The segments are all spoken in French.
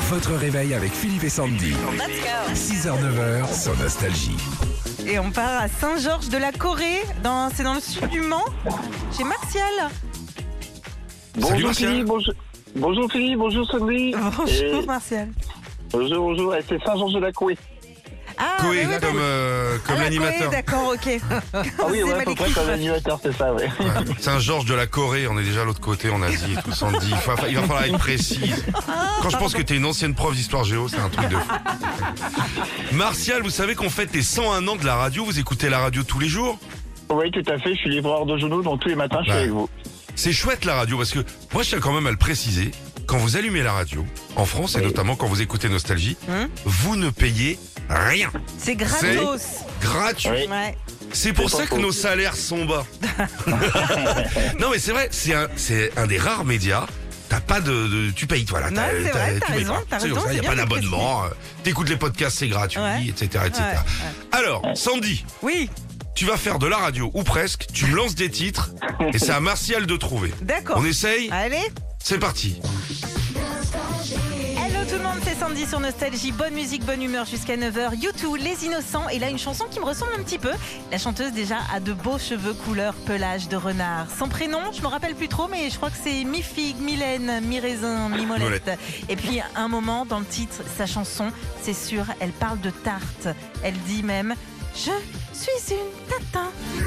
Votre réveil avec Philippe et Sandy. 6h-9h sur Nostalgie. Et on part à Saint-Georges-de-la-Corée, c'est dans le sud du Mans, chez Martial. Bonjour Martial. Philippe, bonjour Philippe, bonjour Sandy. Bonjour Martial. Bonjour, et c'est Saint-Georges-de-la-Couée. Ah, Coé, mais oui, comme la l'animateur. Corée, d'accord, ok. Ah oui, ouais, à peu près comme l'animateur, c'est ça, ouais. Ouais. Saint-Georges de la Corée, on est déjà à l'autre côté en Asie et tout, Sandy. Il va falloir être précise. Quand je pense que t'es une ancienne prof d'histoire géo, c'est un truc de fou. Martial, vous savez qu'on fête les 101 ans de la radio, vous écoutez la radio tous les jours? Oui, tout à fait, je suis livreur de genoux, donc tous les matins, je suis Ouais. avec vous. C'est chouette la radio parce que moi je tiens quand même à le préciser, quand vous allumez la radio, en France et Oui. notamment quand vous écoutez Nostalgie, Hum, vous ne payez rien. c'est gratos. Gratuit. Oui. Ouais. C'est pour C'est ça pas que faux. nos salaires sont bas. Non mais c'est vrai, c'est un des rares médias. T'as pas tu payes, voilà. Non, c'est vrai, t'as tu payes raison, pas. t'as C'est comme raison, ça, y a c'est pas bien de le d'abonnement. T'écoutes les podcasts, c'est gratuit, Ouais. etc., etc. Ouais, ouais. Alors, Sandy, Oui, tu vas faire de la radio, ou presque, tu me lances des titres, et c'est à Martial de trouver. d'accord. On essaye? Allez. C'est parti. Hello tout le monde, c'est Sandy sur Nostalgie. Bonne musique, bonne humeur jusqu'à 9h. YouTube, Les Innocents. Et là, une chanson qui me ressemble un petit peu. La chanteuse déjà a de beaux cheveux couleur pelage de renard. Son prénom, je me rappelle plus trop, mais je crois que c'est mi-figue, mi-laine, mi-raisin, mi-molette. Molette. Et puis, un moment dans le titre, sa chanson, c'est sûr, elle parle de tarte. Elle dit même « Je suis une tatin ».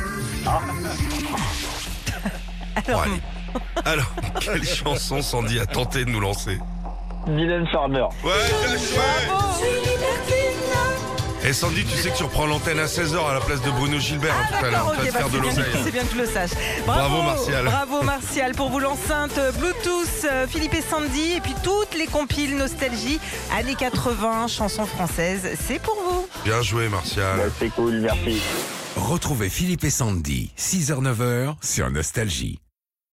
Bon, allez. Alors, quelle chanson Sandy a tenté de nous lancer? Mylène Farmer. Ouais, bien joué. Et Sandy, tu sais que tu reprends l'antenne à 16h à la place de Bruno Gilbert hein, tout à l'heure. D'accord, Tu vas ok, te faire de c'est l'oseille. c'est bien que je le sache. Bravo, Martial. Bravo Martial pour vous l'enceinte Bluetooth, Philippe et Sandy, et puis toutes les compiles Nostalgie, années 80, chansons françaises, c'est pour vous. Bien joué, Martial. Ouais, c'est cool, merci. Retrouvez Philippe et Sandy, 6h-9h sur Nostalgie.